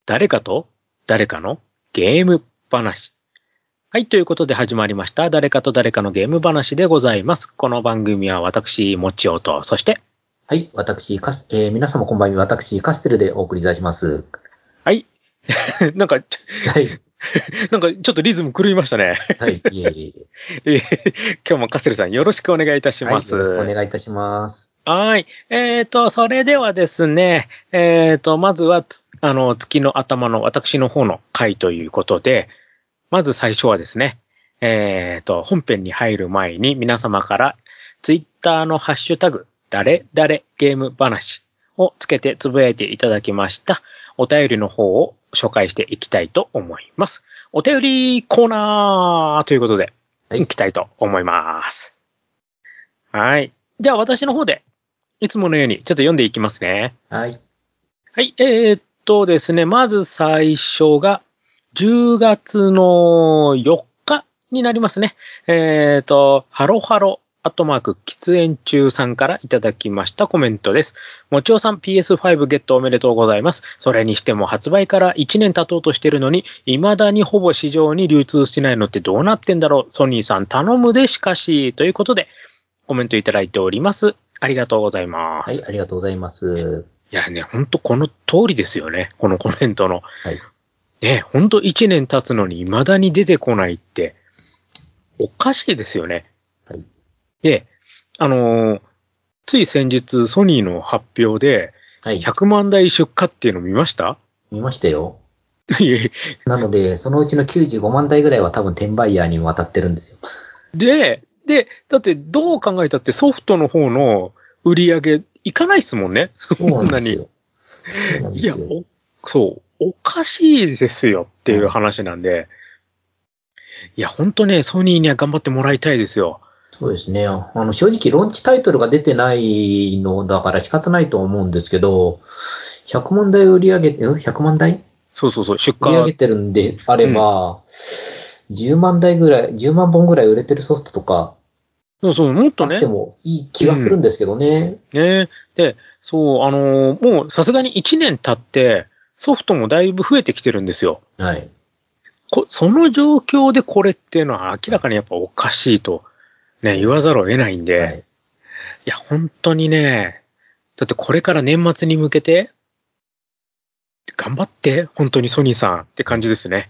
誰かと誰かのゲーム話。はい、ということで始まりました。誰かと誰かのゲーム話でございます。この番組は私、もちおと、そして、 はい、皆様こんばんは。私、カステルでお送りいたします。 はい。なんか、 はい。 なんかちょっとリズム狂いましたね。 はい、いえいえ。 今日もカステルさんよろしくお願いいたしはい、 ます。 よろしくお願いいたします。 はい。それではですね、まずは月の頭の私の方の回ということで、まず最初はですね、本編に入る前に皆様からツイッターのハッシュタグ、誰々ゲーム話をつけてつぶやいていただきましたお便りの方を紹介していきたいと思います。お便りコーナーということで、 はい、 いきたいと思います。はい。じゃあ私の方で、いつものようにちょっと読んでいきますね。 はい。 はい。ですね、まず最初が、10月の4日になりますね。ハロハロ、喫煙中さんからいただきましたコメントです。もちおさん PS5 ゲットおめでとうございます。それにしても発売から1年経とうとしてるのに、未だにほぼ市場に流通してないのってどうなってんだろう。ソニーさん頼むでしかし、ということで、コメントいただいております。ありがとうございます。 はい、ありがとうございます。 いやね、ほんとこの通りですよね。このコメントの。 はい。 ね、ほんと1年経つのに未だに出てこないって、おかしいですよね。 はい。 で、つい先日ソニーの発表で、 はい。 100万台出荷っていうの見ました？ 見ましたよ。 いえなので、そのうちの95万台ぐらいは多分転売ヤーに渡ってるんですよ。 で、だってどう考えたってソフトの方の売り上げいかないっすもんね。 そうなんそんなに。 ですよ。そうなんでいや、 すよ。 そう、おかしいですよっていう話なんで、いや、ほんとね、ソニーには頑張ってもらいたいですよ。 そうですね。正直、ローンチタイトルが出てないのだから仕方ないと思うんですけど、100万台売り上げ、100万台そうそうそう、出荷。 売り上げてるんであれば、10万台ぐらい、10万本ぐらい売れてるソフトとか、 そうそう、もっあとね。 ってもいい気がするんですけどね。 ね。で、そう、もうさすがに1年経って、ソフトもだいぶ増えてきてるんですよ。 はい。 その状況でこれっていうのは明らかにやっぱおかしいと、ね、言わざるを得ないんで、 はい。 いや、本当にね、だってこれから年末に向けて、頑張って、本当にソニーさんって感じですね。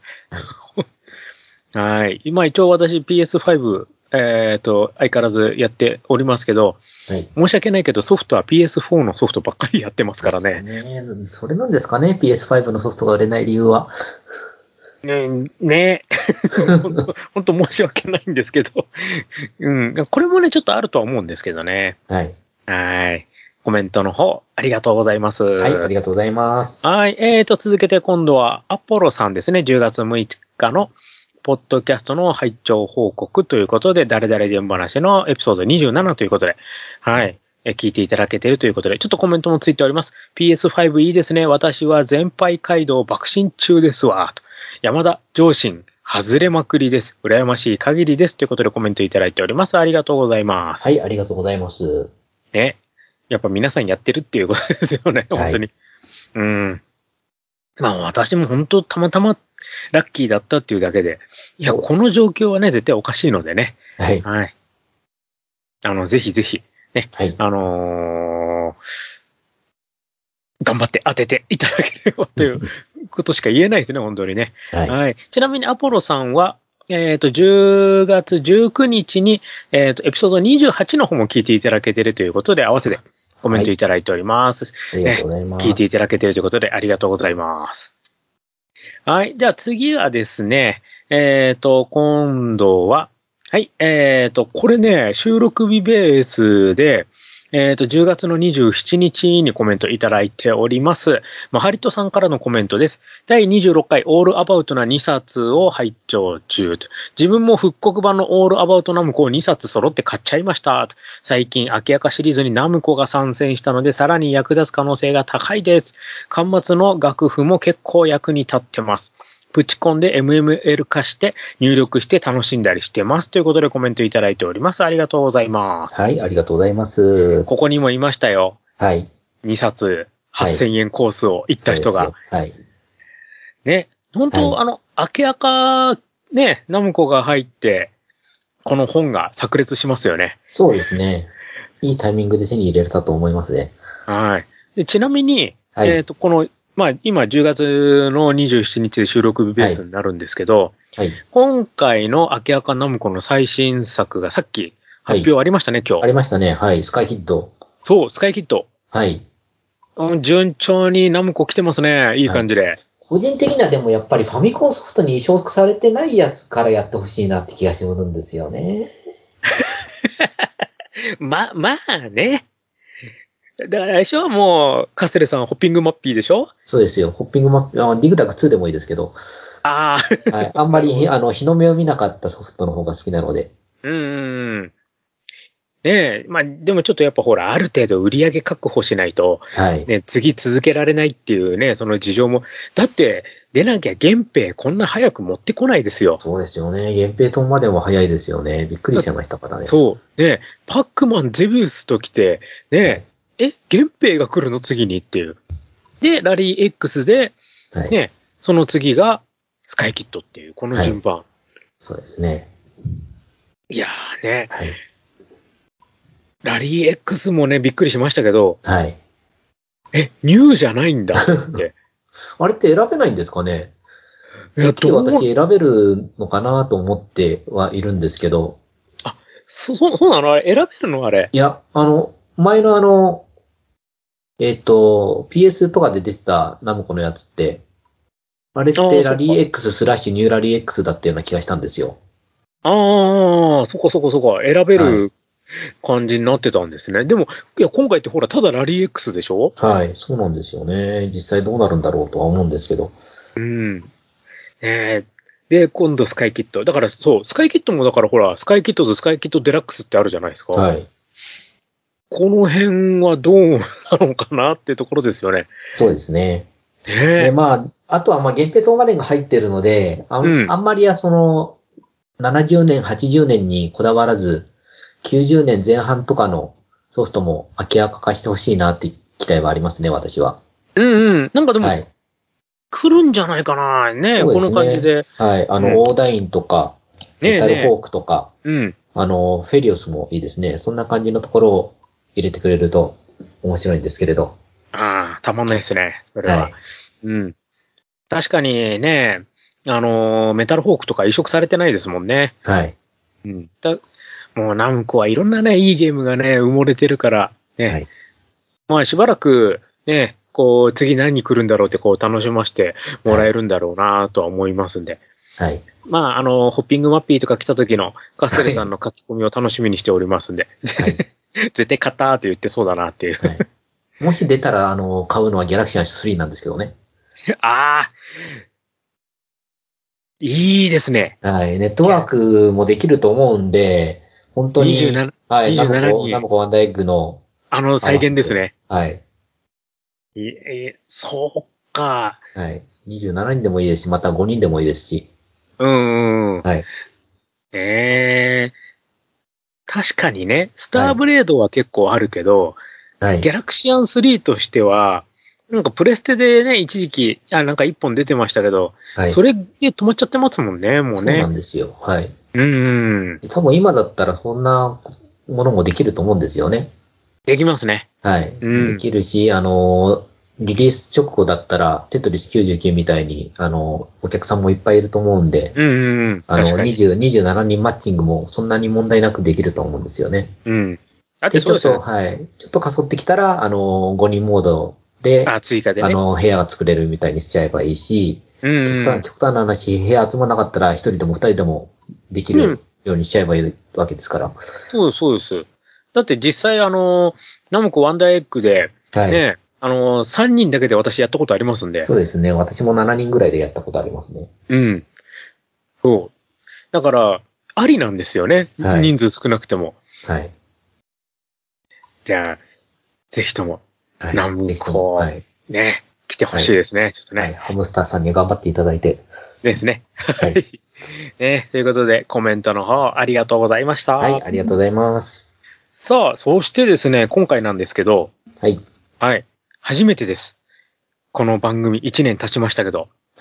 はい。今一応私 PS5、相変わらずやっておりますけど、 はい。 申し訳ないけどソフトは PS4 のソフトばっかりやってますからね。 それなんですかね、PS5 のソフトが売れない理由は。 ね本当申し訳ないんですけど、うん、これもね、ちょっとあるとは思うんですけどね。 はい。 はい。コメントの方、ありがとうございます。 はい、ありがとうございます。 はい。続けて今度はアポロさんですね。10月6日のポッドキャストの拝聴報告ということで、誰々現話のエピソード27ということで、はい。聞いていただけているということで、ちょっとコメントもついております。PS5 いいですね。私は全廃街道爆心中ですわ。山田上心、外れまくりです。羨ましい限りです。ということでコメントいただいております。ありがとうございます。 はい、ありがとうございます。 ね。やっぱ皆さんやってるっていうことですよね。本当に。 はい、 まあ私も本当たまたまラッキーだったっていうだけで、いや、こそうです。 の状況はね、絶対おかしいのでね。 はい。 はい。ぜひぜひ、ね、 はい。 頑張って当てていただければということしか言えないですね、本当にね。 はい。 はい。ちなみにアポロさんは、10月19日に、エピソード28の方も聞いていただけているということで、合わせてコメントいただいております。 ありがとうございます。 聞いていただけているということで、ありがとうございます。はい。じゃあ次はですね、今度は、はい。これね、収録日ベースで、10月の27日にコメントいただいております。ハリトさんからのコメントです。第26回オールアバウトな2冊を拝聴中。自分も復刻版のオールアバウトナムコを2冊揃って買っちゃいました。最近、秋アカシリーズにナムコが参戦したので、さらに役立つ可能性が高いです。端末の楽譜も結構役に立ってます。プチコンで MML 化して入力して楽しんだりしてます。ということでコメントいただいております。ありがとうございます。 はい、ありがとうございます。 ここにもいましたよ。 はい。 2冊8000円コースを行った人が。 はい。 ね、本当、 は明らか、ね、ナムコが入って、この本が炸裂しますよね。 そうですね。いいタイミングで手に入れたと思いますね。 はい。でちなみに、 はい。 この、まあ、今10月の27日で収録日ベースになるんですけど、 はい。 今回の明らかナムコの最新作がさっき発はい。 表ありましたね、今あ日。 りましたね。はい。スカイキッド。 そう、スカイキッド。 はい。 順調にナムコ来てますね。いいはい。 感じで。 個人的にはでもやっぱりファミコンソフトに移植されてないやつからやってほしいなって気がするんですよね。 まあね。だから最初はもう、カステレさんホッピングマッピーでしょ？ そうですよ。ホッピングマップ、ディグダグ2でもいいですけど、 あはい。あんあ、なるほど。 まり、日の目を見なかったソフトの方が好きなので。 うんうん。ねえ、まあでもちょっとやっぱほら、ある程度売り上げ確保しないと、 はい。 ね、次続けられないっていうね、その事情も、だって出なきゃ原兵こんな早く持ってこないですよ。 そうですよね。源平島までも早いですよね。びっくりしだちゃいましたからね。 そう。ね、パックマンゼビウスと来て、 はい。 ね、原兵が来るの次にっていう。で、ラリー X で、 はい。 ね、その次がスカイキットっていう、このはい。 順番。 そうですね。 いやーね、 はい。 ラリー X もね、びっくりしましたけど、 はい。 ニューじゃないんだと思って。 あれって選べないんですかね？ いや、 てっきり私選べるのかなと思ってはいるんですけど。 あ、そうなのあれ、選べるのあれ。 いや、前のPS とかで出てたナムコのやつって、あれっああ、 てラリーそっか。 X スラッシュニューラリー X だったような気がしたんですよ。 ああ、そっか。選べはい。 る感じになってたんですね。でも、いや、今回ってほら、ただラリー X でしょ？ はい。そうなんですよね。実際どうなるんだろうとは思うんですけど。 うん。で、今度スカイキット。だからそう、スカイキットもだからほら、スカイキットとスカイキットデラックスってあるじゃないですか。 はい。 この辺はどうなのかなっていうところですよね。 そうですね。で、 ねえ。 まあ、あとは、まあ、源平東馬伝が入ってるので、 うん。 あんまり70年、80年にこだわらず、90年前半とかのソフトも明らか化してほしいなって期待はありますね、私は。 うんうん。なんかでも、 はい。 来るんじゃないかな。ねえ、 そうでこのすね。 感じで。 はい。 うん。 オーダインとか、メタルフねえねォークとか、 え。うん。 フェリオスもいいですね。そんな感じのところを入れてくれると面白いんですけれど。 ああ、たまんないですね。それは。 はい。 うん。確かにね、メタルフォークとか移植されてないですもんね。 はい。 うん。もうナムコはいろんなね、いいゲームがね、埋もれてるから、ね。 はい。 まあしばらく、ね、こう、次何来るんだろうってこう楽しませてもはい。 らえるんだろうなとは思いますんで。 はい。 まあ、ホッピングマッピーとか来た時のカステレさんはい。 の書き込みを楽しみにしておりますんで。 はい。 絶対買ったーって言ってそうだなっていう。 はい。もし出たら、買うのはギャラクシー3なんですけどね。 ああ、いいですね。 はい。ネットワーいや、 クもできると思うんで、本当に、 27、 はい。ナ 27に、 ムコワンダーエッグの再合わせて、 現ですね。 はい。 そうか。 はい。27人でもいいですし、また5人でもいいですし、 うんうん。 はい。 ええ確かにね、スターはい。 ブレードは結構あるけど、 はい。 ギャラクシアン3としては、なんかプレステでね、一時期、なんか一本出てましたけど、 はい。 それで止まっちゃってますもんね、もうそうなね。 んですよ。はい。 うん。 多分今だったらそんなものもできると思うんですよね。 できますね。 はい。でうん。 きるし、リリース直後だったら、テトリス99みたいに、お客さんもいっぱいいると思うんで、 うんうんうん。確かに。 27人マッチングもそんなに問題なくできると思うんですよね。 うん。だってで、ちょっと、 そうですよね。 はい。ちょっとかそってきたら、5人モードで、 追加でね。 部屋が作れるみたいにしちゃえばいいし、 うんうん。 極端な話、部屋集まなかったら、一人でも二人でもできるうん。 ようにしちゃえばいいわけですから。 そうです。だって実際ナムコワンダーエッグで、 はい。 ね、3人だけで私やったことありますんで。 そうですね。私も7人ぐらいでやったことありますね。 うん。そう。だから、ありなんですよね。 はい。 人数少なくても。 はい。 じゃあ、ぜひとも、 はい。 ナムぜひとも、はコ、 い。 ね、来てほはい。 しいですね。ちょっとね。 はい。ハムスターさんに頑張っていただいて。 ですね。ははい。 い。ね、ということで、コメントの方、ありがとうございましはい。 た。 ありがとうございます。 さあ、そしてですね、今回なんですけど、 はい。 はい。初めてです。この番組1年経ちましたけど、 はい。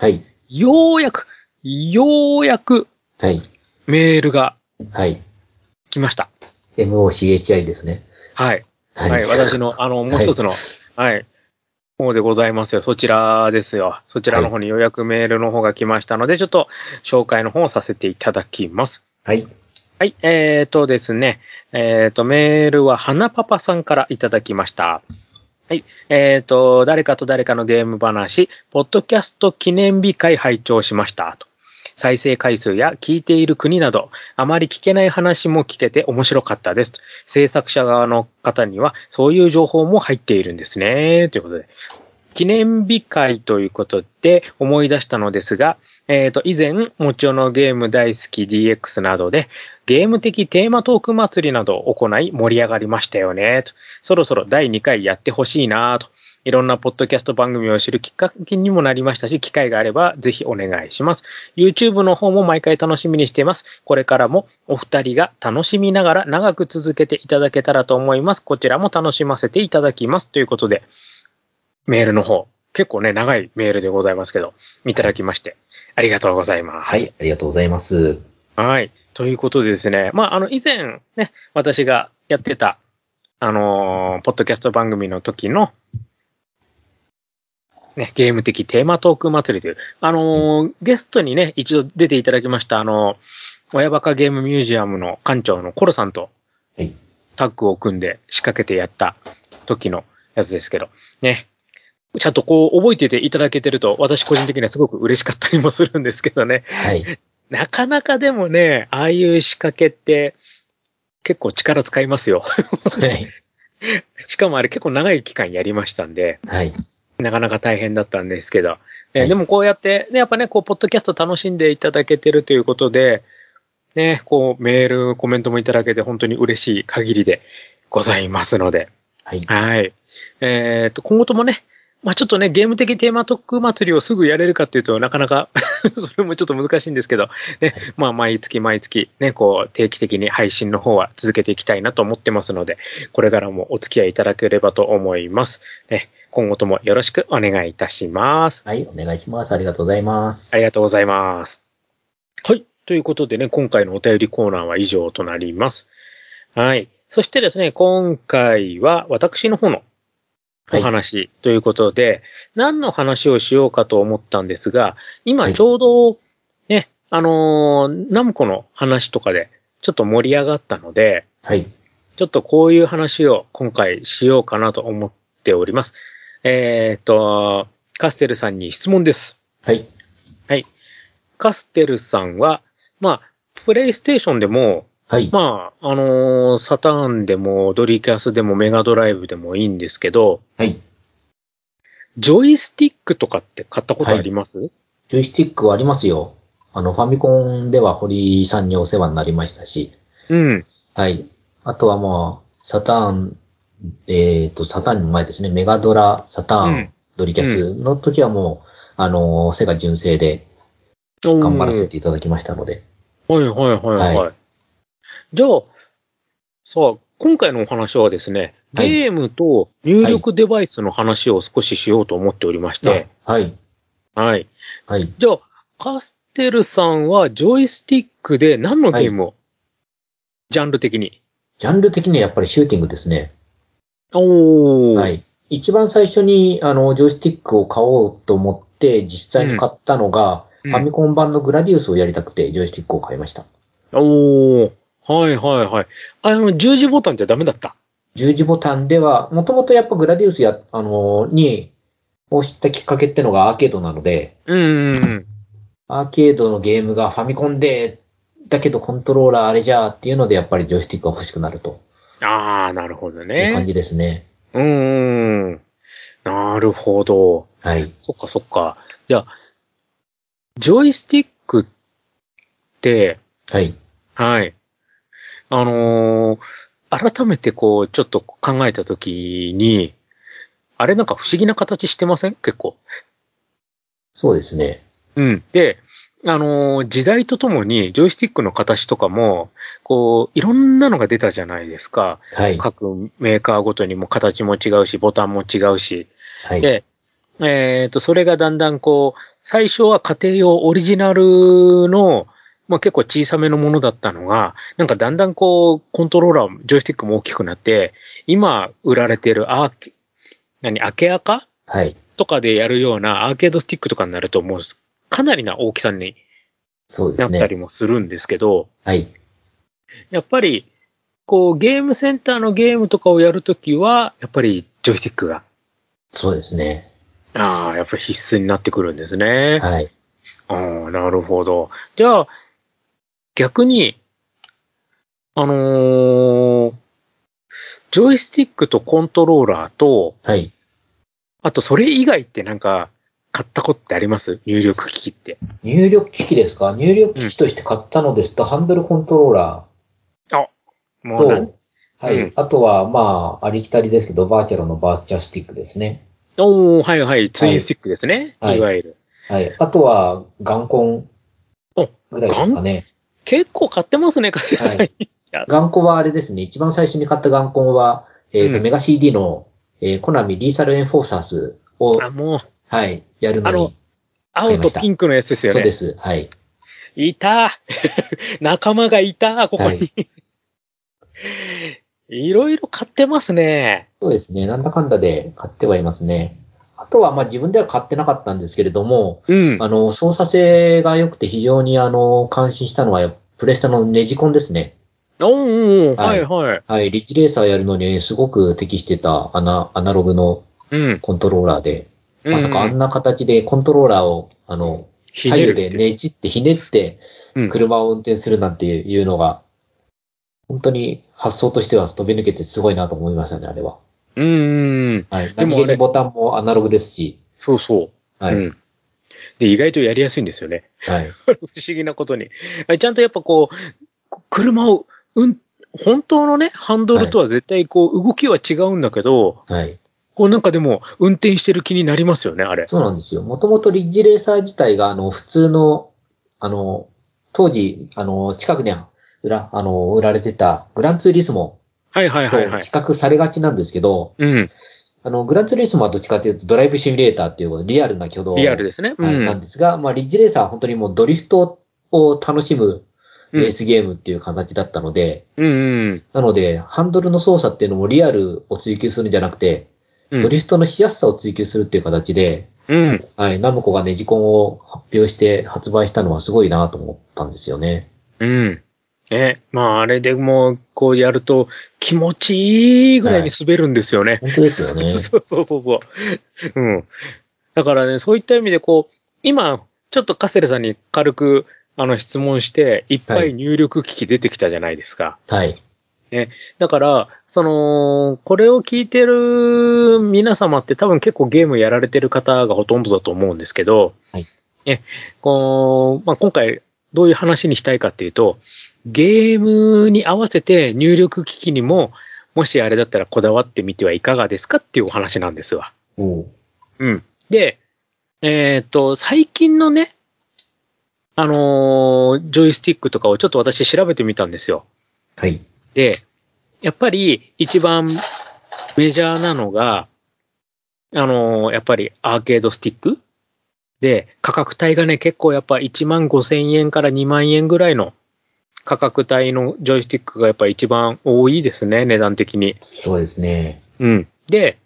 ようやく、 はい。 メールがはい。 来ました。 MOCHI ですね。 はい。 はい。 はい。私の、もう一つの、はい。方でございますよ。そちらですよ。そちらの方にようやくメールの方が来ましたので、ちょっと紹介の方をさせていただきます。 はい。 はい。ですね。メールは花パパさんからいただきました。はい。誰かと誰かのゲーム話、ポッドキャスト記念日会拝聴しました。と。再生回数や聞いている国など、あまり聞けない話も聞けて面白かったです。制作者側の方には、そういう情報も入っているんですね。ということで。記念日会ということで思い出したのですが、以前、もちおのゲーム大好き DX などで、ゲーム的テーマトーク祭りなどを行い盛り上がりましたよね。そろそろ第2回やってほしいなと。いろんなポッドキャスト番組を知るきっかけにもなりましたし、機会があればぜひお願いします。YouTube の方も毎回楽しみにしています。これからもお二人が楽しみながら長く続けていただけたらと思います。こちらも楽しませていただきます。ということで、メールの方、結構ね、長いメールでございますけど、いただきまして、ありがとうございます。 はい、ありがとうございます。 はい。ということでですね、以前ね、私がやってた、ポッドキャスト番組の時の、ね、ゲーム的テーマトーク祭りという、ゲストにね、一度出ていただきました、親バカゲームミュージアムの館長のコロさんと、タッグを組んで仕掛けてやった時のやつですけど、ね、ちゃんとこう覚えてていただけてると、私個人的にはすごく嬉しかったりもするんですけどね。 はい。 なかなかでもね、ああいう仕掛けって結構力使いますよ。 はい。 しかもあれ結構長い期間やりましたんで、 はい。 なかなか大変だったんですけど、 はい、 でもこうやって、ね、やっぱね、こう、ポッドキャスト楽しんでいただけてるということで、ね、こう、メール、コメントもいただけて本当に嬉しい限りでございますので、 はい。 はい。今後ともね、ちょっとね、ゲーム的テーマトーク祭りをすぐやれるかっていうとなかなかそれもちょっと難しいんですけど、ね、毎月ね、こう、定期的に配信の方は続けていきたいなと思ってますので、これからもお付き合いいただければと思います。ね、今後ともよろしくお願いいたします。 はい、お願いします。ありがとうございます。 ありがとうございます。はい。ということでね、今回のお便りコーナーは以上となります。はい。そしてですね、今回は私の方のお話ということで、はい、何の話をしようかと思ったんですが、今ちょうどね、ナムコの話とかでちょっと盛り上がったので、 はい。 ちょっとこういう話を今回しようかなと思っております。カステルさんに質問です。 はい。 はい。カステルさんは、プレイステーションでも、 はい。 サターンでも、ドリキャスでも、メガドライブでもいいんですけど、 はい。 ジョイスティックとかって買ったことあります？はい、 ジョイスティックはありますよ。ファミコンでは堀さんにお世話になりましたし。 うん。 はい。あとはサターン、サターンの前ですね。メガドラ、サターン、ドリキャスの時はもう、セガ純正で頑張らせていただきましたので。 はいはいはいはい。じゃあ、さあ、今回のお話はですね、ゲームと入力デバイスの話を少ししようと思っておりまして。 はい。 はい。 はい。 じゃあ、カステルさんはジョイスティックで何のゲームを、ジャンル的に？ ジャンル的にはやっぱりシューティングですね。 おー。 はい。一番最初に、ジョイスティックを買おうと思って、実際に買ったのが、ファミコン版のグラディウスをやりたくて、ジョイスティックを買いました。 おー。はいはいはい。十字ボタンじゃダメだった？ 十字ボタンでは、もともとやっぱグラディウスを知ったきっかけってのがアーケードなので、アーケードのゲームがファミコンで、だけどコントローラーあれじゃーっていうので、やっぱりジョイスティックが欲しくなると。 あー、なるほどね。 いう感じですね。 なるほど。 はい。 そっかそっか。じゃあ、ジョイスティックって、 はい。 はい。改めてこう、ちょっと考えたときに、あれなんか不思議な形してません？結構。 そうですね。 うん。で、時代とともに、ジョイスティックの形とかも、こう、いろんなのが出たじゃないですか。 はい。 各メーカーごとにも形も違うし、ボタンも違うし。 はい。 で、 それがだんだんこう、最初は家庭用オリジナルの、まあ結構小さめのものだったのが、なんかだんだんこう、コントローラー、ジョイスティックも大きくなって、今売られてるアケアカはい。 とかでやるようなアーケードスティックとかになると、もうかなりな大きさにそうですね。 なったりもするんですけど、 はい。 やっぱり、こう、ゲームセンターのゲームとかをやるときは、やっぱりジョイスティックが、 そうですね。 やっぱり必須になってくるんですね。 はい。 なるほど。じゃあ、逆に、あのージョイスティックとコントローラーと、 はい。 あとそれ以外ってなんか、買ったことってあります入力機器って。 入力機器ですか？入力機器として買ったのですと、ハンドルコントローラあ、 ーもうと、はい。あとは、まあ、ありきたりですけど、バーチャルのバーチャスティックですね。 はいはい、ツはい。 インスティックですね。 はい。 いわゆる。 はい。あとは、ガンコンお、 ぐらいですかね。 結構買ってますね、カセラはい。 さん。いや、 ガンコンはあれですね。一番最初に買ったガンコンは、 うん。 メガ CD の、コナミリーサルエンフォーサーズを、 もう、 はい、やるあの、 のに買い青とました。 ピンクのやつですよね。 そうです。はい。 いた仲間がいたここはい。 にいろいろ買ってますね。 そうですね。なんだかんだで買ってはいますね。あとは、まあ自分では買ってなかったんですけれども、 うん。 操作性が良くて非常に感心したのは、プレステのネジコンですね。 ははい。 いはい。 はい。リッジレーサーやるのにすごく適してたアナログのうん。 コントローラーで、 うんうん。 まさかあんな形でコントローラーを、 ひ左右でねるって。 ねじってひねってうん。 車を運転するなんていうのが、本当に発想としては飛び抜けてすごいなと思いましたね、あれは。 うーん。 はい。何でもあれ、 気にボタンもアナログですし、 そうそう。うはい。 ん。で、意外とやりやすいんですよね。 はい。 不思議なことに。ちゃんとやっぱこう、車を、本当のね、ハンドはい。 ルとは絶対こう、動きは違うんだけど、 はい。 こうなんかでも、運転してる気になりますよね、あれ。 そうなんですよ。もともとリッジレーサー自体が、普通の、あの、当時、近くに売られてたグランツーリスモはいはいはいはい。 と比較されがちなんですけど、 うん。 グランツーリスモはどっちかというとドライブシミュレーターっていうリアルな挙リアル動、 ですね。うはい、なんん。 ですが、まあ、リッジレーサーは本当にもうドリフトを楽しむうん。 レースゲームっていう形だったので、 うんうん。 なので、ハンドルの操作っていうのもリアルを追求するんじゃなくて、 うん。 ドリフトのしやすさを追求するっていう形で、 うん。 はい、ナムコがネジコンを発表して発売したのはすごいなと思ったんですよね。 うん。まあ、あれでもう、こうやると、気持ちいいぐらいはい。 に滑るんですよね。 本当ですよね。 そうそうそうそう。うん。だからね、そういった意味で、こう、今、ちょっとカセルさんに軽く、質問して、いっぱいはい。 入力機器出てきたじゃないですか。 はい。 ね。だから、これを聞いてる皆様って多分結構ゲームやられてる方がほとんどだと思うんですけど、 はい。 まあ、今回どういう話にしたいかっていうと、ゲームに合わせて入力機器にも、もしあれだったらこだわってみてはいかがですかっていうお話なんですわ。 おう。 うん。で、最近のね、ジョイスティックとかをちょっと私調べてみたんですよ。 はい。 で、やっぱり一番メジャーなのが、やっぱりアーケードスティックで、価格帯がね、結構やっぱ1万5千円から2万円ぐらいの価格帯のジョイスティックがやっぱ一番多いですね、値段的に。 そうですね。 うん。で、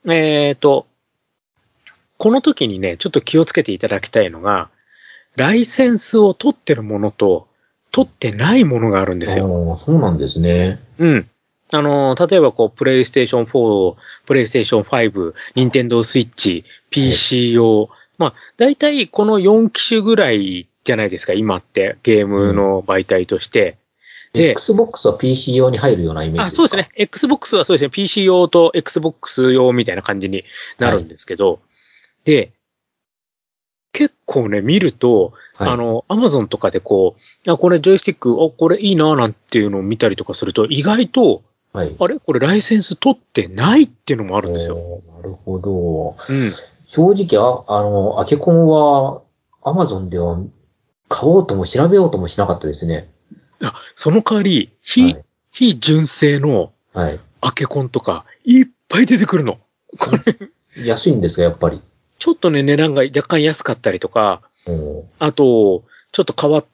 この時にね、ちょっと気をつけていただきたいのが、ライセンスを取ってるものと、取ってないものがあるんですよ。 ああ、そうなんですね。 うん。例えばこう、プレイステーション4、プレイステーション5、ニンテンドースイッチ、 はい。 PC 用。まあ、大体この4機種ぐらいじゃないですか、今ってゲーうん。 ムの媒体として。で、 Xbox は PC 用に入るようなイメージですか？ そうですね。Xbox はそうですね。PC 用と Xbox 用みたいな感じになるんはい。 ですけど、で、結構ね、見ると、 はい。 Amazon とかでこう、これジョイスティック、これいいななんていうのを見たりとかすると、意外と、 はい。 あれこれライセンス取ってないっていうのもあるんですよ。 おー、なるほど。 うん。 正直、アケコンは Amazon では買おうとも調べようともしなかったですね。 その代わり、非はい。 純正のはい。 アケコンとか、いっぱい出てくるの。これ、 安いんですか、やっぱり。 ちょっとね、値段が若干安かったりとか、 うん、 あと、ちょっと変わった、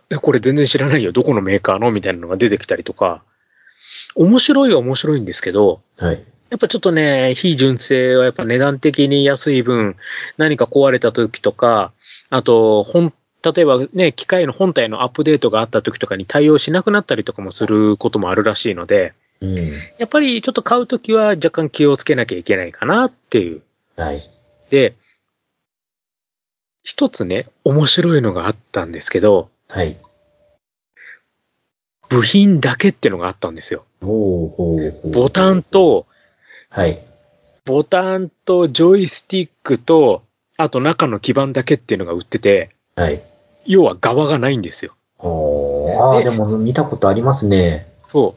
これ全然知らないよ、どこのメーカーのみたいなのが出てきたりとか、面白いは面白いんですけど、 はい。 やっぱちょっとね、非純正はやっぱ値段的に安い分、何か壊れた時とか、あと、例えばね、機械の本体のアップデートがあった時とかに対応しなくなったりとかもすることもあるらしいので、 うん。 やっぱりちょっと買うときは若干気をつけなきゃいけないかなっていう。 はい。 で、一つね、面白いのがあったんですけど、 はい。 部品だけってのがあったんですよ。 ほうほうほう。 ボタンと、 はい。 ボタンとジョイスティックと、あと中の基板だけっていうのが売ってて、 はい。 要は側がないんですよ。 ああ、 で、 でも見たことありますね。 そう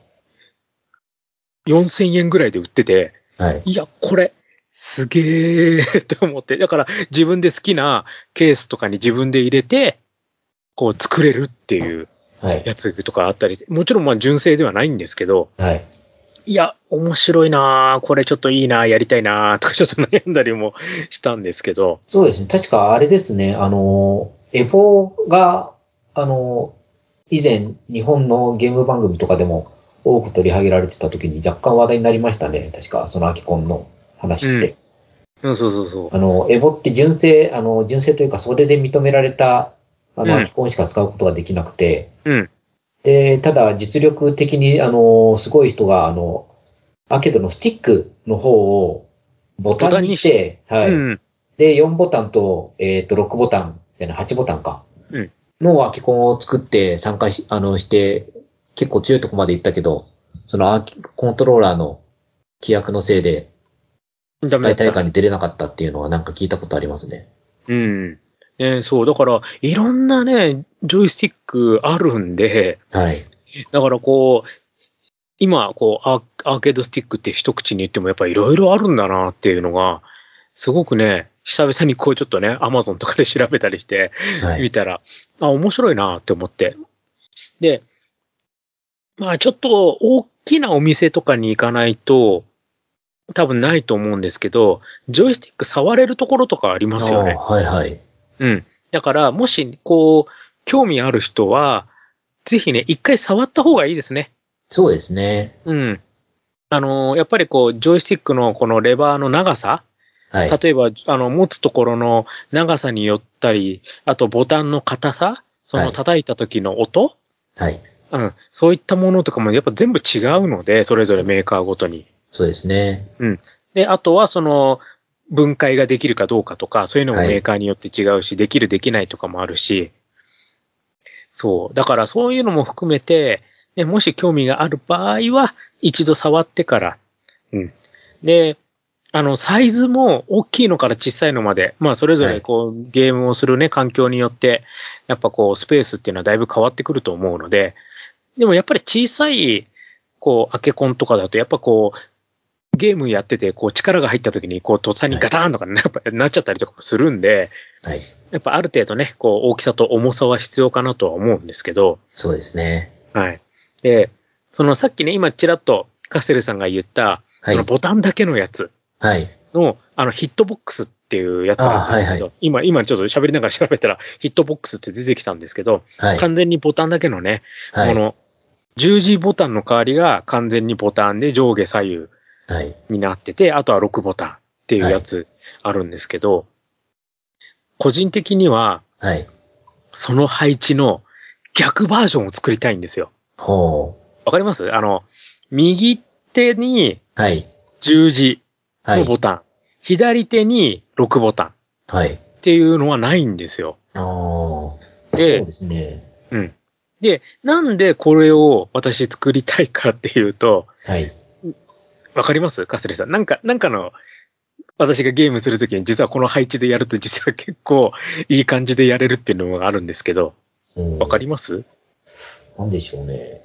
、4000円ぐらいで売ってて、 はい。 いや、これ、すげーと思って。だから自分で好きなケースとかに自分で入れて、こう作れるっていうはい。 やつとかあったり、もちろんまあ純正ではないんですけど、 はい。 いや、面白いなぁ、これちょっといいなぁ、やりたいなぁ、とかちょっと悩んだりもしたんですけど。 そうですね。確かあれですね。エボが、以前日本のゲーム番組とかでも多く取り上げられてた時に若干話題になりましたね。確か、そのアキコンのうん。 話って。 うん、そうそうそエボって純正というか袖で認められた、 う。うアん、 キコンしか使うことができなくて、 うん、 で、ただ実力的に、すごい人が、アーケードのスティックの方をボタンにボタンにし、 して、はうい。 ん、 で、4ボタンと、6ボタン、8ボタンか。 うん。 のアキコンを作って参加し、して、結構強いとこまで行ったけど、そのコントローラーの規約のせいで、世ダメだった。 界大会に出れなかったっていうのはなんか聞いたことありますね。 うん。そう、だから、いろんなね、ジョイスティックあるんで、 はい。 だからこう、今、こうアーケードスティックって一口に言ってもやっぱいろいろあるんだなっていうのが、すごくね、久々にこうちょっとね、アマゾンとかで調べたりして、 はい。 見たら、あ、面白いなって思って。で、まあちょっと大きなお店とかに行かないと、多分ないと思うんですけど、ジョイスティック触れるところとかありまああ、 すよね。 はいはい。 うん。だから、もし、こう、興味ある人は、ぜひね、一回触った方がいいですね。 そうですね。 うん。やっぱりこう、ジョイスティックのこのレバーの長さ、 はい。 例えば、持つところの長さによったり、あとボタンの硬さ、そはい。 の叩いた時の音、 はい。 うん、そういったものとかもやっぱ全部違うので、それぞれメーカーごとに。 そうですね。 うん。で、あとはその、分解ができるかどうかとか、そういうのもはい。 メーカーによって違うし、できるできないとかもあるし、そう。だからそういうのも含めて、ね、もし興味がある場合は、一度触ってから、うん。で、サイズも大きいのから小さいのまで、まあそれぞはい。 れこうゲームをするね、環境によって、やっぱこうスペースっていうのはだいぶ変わってくると思うので、でもやっぱり小さい、こう、アケコンとかだと、やっぱこう、ゲームやってて、こう力が入った時に、こう、とっさにはい。 ガターンとかね、やっぱなっちゃったりとかもするんで、 はい。 やっぱある程度ね、こう、大きさと重さは必要かなとは思うんですけど、 そうですね。 はい。で、そのさっきね、今ちらっとカステルさんが言った、 はい。 ボタンだけのやつはい。 の、ヒットボックスっていうやつなああ、はいはい。 んですけど、今ちょっと喋りながら調べたら、ヒットボックスって出てきたんですけど、 はい。 完全にボタンだけのね、 はい。 もの、十字ボタンの代わりが完全にボタンで上下左右はい。 になってて、あとは6ボタンっていうはい。 やつあるんですけど、個人的には、 はい。 その配置の逆バージョンを作りたいんですよ。 ほう。 わかります？右手にはい。 十字はい。 のボタン、左手に6ボタンっはい。 ていうのはないんですよ。 ああ、そうで、 ですね。 うん。で、なんでこれを私作りたいかっていうと、 はい。 わかりますカスレさん。なんかの、私がゲームするときに実はこの配置でやると実は結構いい感じでやれるっていうのがあるんですけど、わかうん。 ります？ なんでしょうね。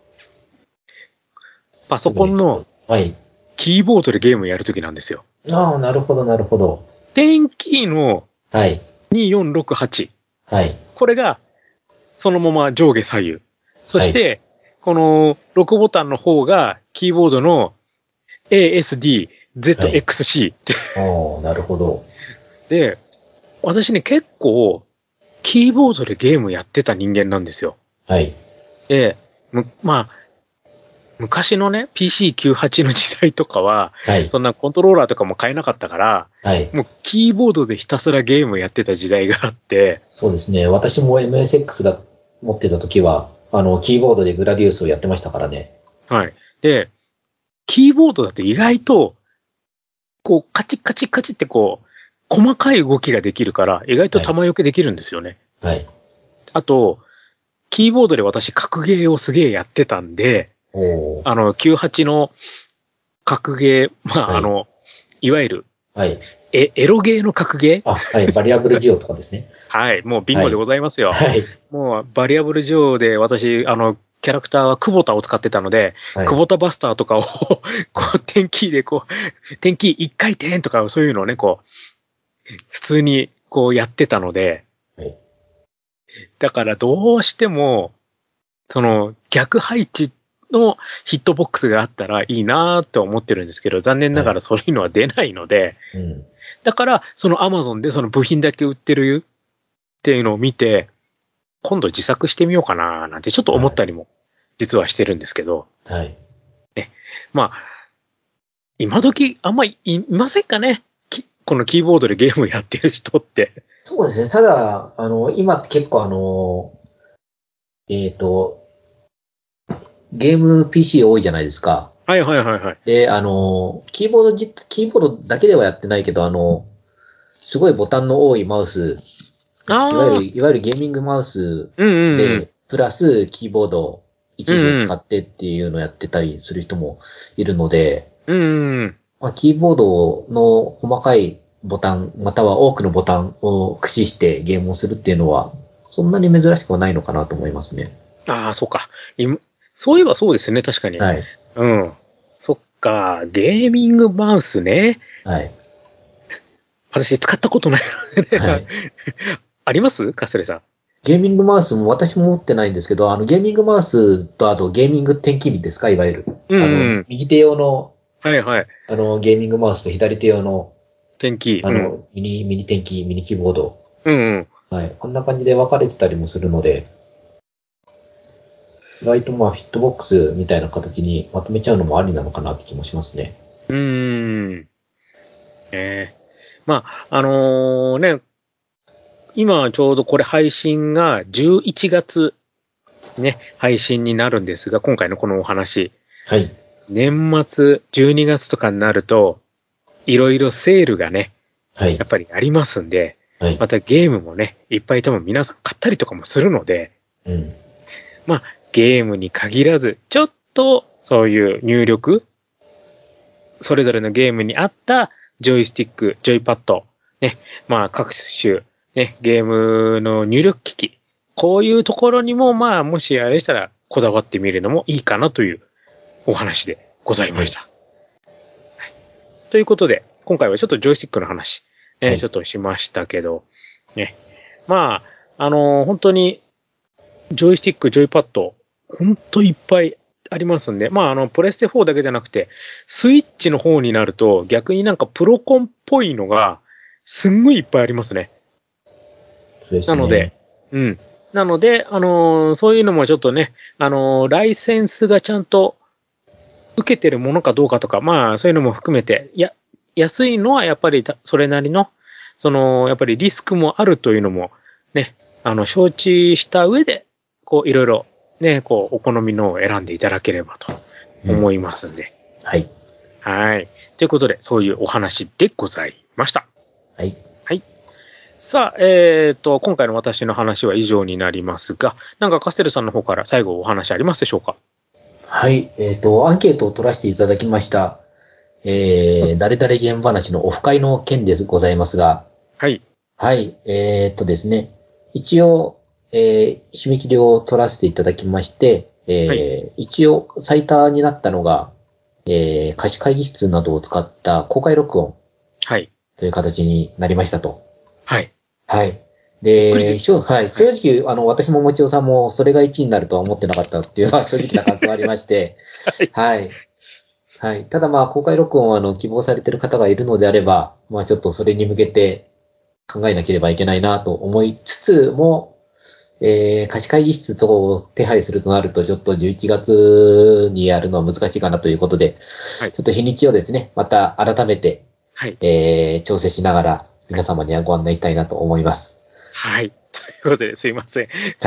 パソすぐに聞く。 コンのはい。 キーボードでゲームをやるときなんですよ。 ああ、なるほど、なるほど。 点キーのはい。 2468。 はい。 これがそのまま上下左右。そはい。 して、この6ボタンの方がキーボードの ASD、 はい。 ZXC ってああ、なるほど。 で、私ね、結構、キーボードでゲームやってた人間なんですよ。 はい。 で、まあ、昔のね、PC98 の時代とかは、 はい。 そんなコントローラーとかも買えなかったから、 はい。 もうキーボードでひたすらゲームやってた時代があって、 そうですね。私も MSX 持ってた時は、キーボードでグラディウスをやってましたからね。 はい。で、キーボードだと意外と、こう、カチッカチッカチッってこう、細かい動きができるから、意外とはい。 弾よけできるんですよね。 はい。 あと、キーボードで私、格ゲーをすげえやってたんで、 おー。 98の格ゲー、 はい。 いわゆる、 はい。 エロゲーの格ゲー。 あ、はい。バリアブルジオとかですね。 はい、もうビンゴでごはい。 ざいますよ。 はい。 もう、バリアブルジョーで私、キャラクターはクボタを使ってたので、 はい。 クボタバスターとかをこう、テンキーでこう、テンキー1回転とか、そういうのをね、こう、普通にこうやってたので、 はい。 だからどうしても、その逆配置のヒットボックスがあったらいいなーって思ってるんですけど、残念なはい。 がらそういうのは出ないので、 うん。 だからその Amazon でその部品だけ売ってるっていうのを見て、今度自作してみようかなーなんてちょっと思はい。 ったりも実はしてるんですけど、 はい。 ね。まあ、今時あんまいませんかね、このキーボードでゲームやってる人って。 そうですね。ただ、今って結構えっと、ゲーム PC 多いじゃないですか。 はいはいはいはい。 で、キーボードだけではやってないけど、すごいボタンの多いマウス、 ああ、 いわゆるゲーミングマウスうんうんうん。 で、プラスキーボード一部うんうん。 使ってっていうのをやってたりする人もいるので、 うんうんうん。 まあ、キーボードの細かいボタン、または多くのボタンを駆使してゲームをするっていうのは、そんなに珍しくはないのかなと思いますね。 ああ、そうか。そういえばそうですね、確かに。 はい。 うん。そっか、ゲーミングマウスね。 はい。 私使ったことないのでね。 はい。 ありますカステレさん？ ゲーミングマウスも私も持ってないんですけど、ゲーミングマウスとあとゲーミング点キーですか、いわゆる。 うんうん。 右手用の、 はいはい。 ゲーミングマウスと左手用の、 天気。うん。 ミニ点キー、ミニキーボード。 うんうん。 はい。こんな感じで分かれてたりもするので、意外とまあフィットボックスみたいな形にまとめちゃうのもありなのかなって気もしますね。 うーん。まあ、ね、今ちょうどこれ配信が11月ね、配信になるんですが、今回のこのお話、 はい。 年末12月とかになると、いろいろセールがね、 はい。 やっぱりありますんで、 はい。 またゲームもね、いっぱい多分皆さん買ったりとかもするので、 うん。 まあ、ゲームに限らず、ちょっとそういう入力、それぞれのゲームに合ったジョイスティック、ジョイパッド、ね、まあ各種、ね、ゲームの入力機器、こういうところにもまあもしあれしたらこだわってみるのもいいかなというお話でございはい。 ました。ということで、今回はちょっとジョイスティックの話、ね、ちょはい。 っとしましたけど、ね、まあ、本当にジョイスティック、ジョイパッド、ほんといっぱいありますんで、まあ、プレステ4だけじゃなくて、スイッチの方になると、逆になんかプロコンっぽいのが、すんごいいっぱいありますね。 そうですね。 なので、うん。なので、そういうのもちょっとね、ライセンスがちゃんと受けてるものかどうかとか、まあ、そういうのも含めて、安いのはやっぱりそれなりの、やっぱりリスクもあるというのも、ね、承知した上で、こう、いろいろ、ね、こう、お好みのを選んでいただければとうん。 思いますんで。 はい。 はい。ということで、そういうお話でございました。 はい。 はい。さあ、今回の私の話は以上になりますが、なんかカステルさんの方から最後お話ありますでしょうか？ はい。アンケートを取らせていただきました。誰々ゲーム話のオフ会の件でございますが、 はい。 はい。ですね。一応、締め切りを取らせていただきまして、 はい。 一応、最多になったのが、貸し会議室などを使った公開録音はい。 という形になりましたと。 はい。 はい。 びっくりでで、 す。 はい。 はい。 正直、私ももちおさんもそれが1位になるとは思ってなかったっていうのは正直な感想がありまして、 はい。 はい。はい。ただまあ、公開録音を希望されている方がいるのであれば、まあちょっとそれに向けて、 考えなければいけないなと思いつつも、貸し会議室等を手配するとなると、ちょっと11月にやるのは難しいかなということで、はい、ちょっと日にちをですね、また改めて、はい、調整しながら皆様にはご案内したいなと思います。 はい。ということですいません。 はい。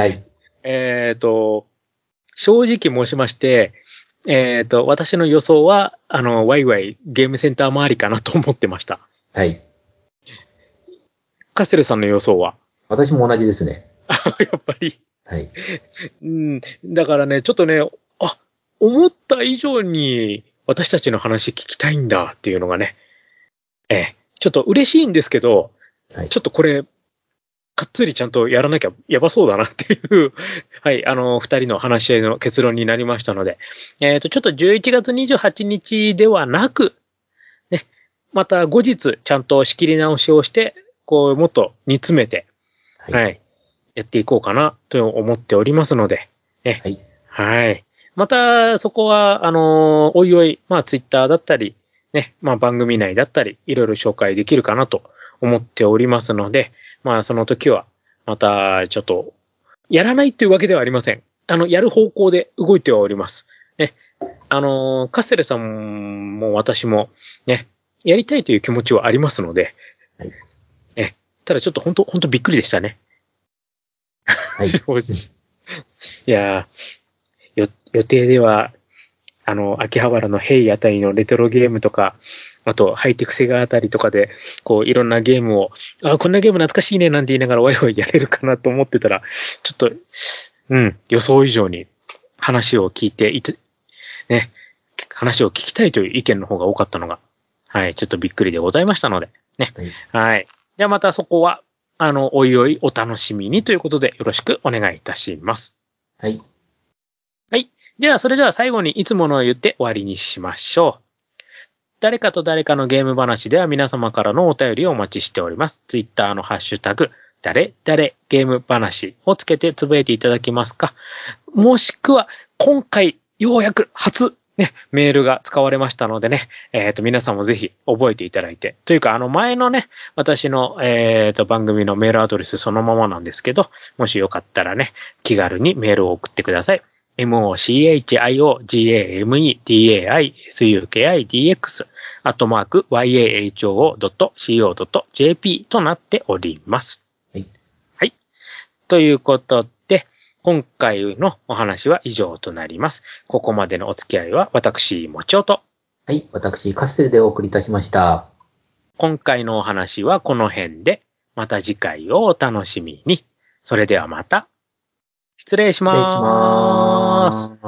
正直申しまして、私の予想は、ワイワイゲームセンター周りかなと思ってました。 はい。 カステルさんの予想は？ 私も同じですね。 やっぱり。 はい。 だからね、ちょっとね、思った以上に私たちの話聞きたいんだっていうのがね、ちょっと嬉しいんですけど、はい、ちょっとこれ、かっつりちゃんとやらなきゃやばそうだなっていう、はい、二人の話し合いの結論になりましたので、ちょっと11月28日ではなく、ね、また後日ちゃんと仕切り直しをして、こう、もっと煮詰めて、はい、はい、やっていこうかなと思っておりますので、ね、はい。はい。また、そこは、おいおい、まあ、ツイッターだったり、ね、まあ、番組内だったり、いろいろ紹介できるかなと思っておりますので、まあ、その時は、また、ちょっと、やらないというわけではありません。やる方向で動いてはおります。ね。カステルさんも私も、ね、やりたいという気持ちはありますので、はい。ただちょっと本当びっくりでしたね。はい。いや予定では、秋葉原のヘイあたりのレトロゲームとか、あと、ハイテクセガあたりとかで、こう、いろんなゲームを、こんなゲーム懐かしいね、なんて言いながらワイワイやれるかなと思ってたら、ちょっと、予想以上に話を聞いていて、ね、話を聞きたいという意見の方が多かったのが、はい、ちょっとびっくりでございましたので、ね。はい。じゃあまたそこは、おいおいお楽しみにということでよろしくお願いいたします。 はい。 はい。では、それでは最後にいつものを言って終わりにしましょう。誰かと誰かのゲーム話では皆様からのお便りをお待ちしております。ツイッターのハッシュタグ、誰々ゲーム話をつけてつぶやいていただけますか。もしくは、今回ようやく初ね、メールが使われましたのでね、皆さんもぜひ覚えていただいて。というか、前のね、私の、番組のメールアドレスそのままなんですけど、もしよかったらね、気軽にメールを送ってください。mochiogamenidx@yahoo.co.jp となっております。はい。はい。ということで、今回のお話は以上となります。ここまでのお付き合いは私、もちおと。 はい、私、カステルでお送りいたしました。 今回のお話はこの辺で、また次回をお楽しみに。それではまた。失礼します。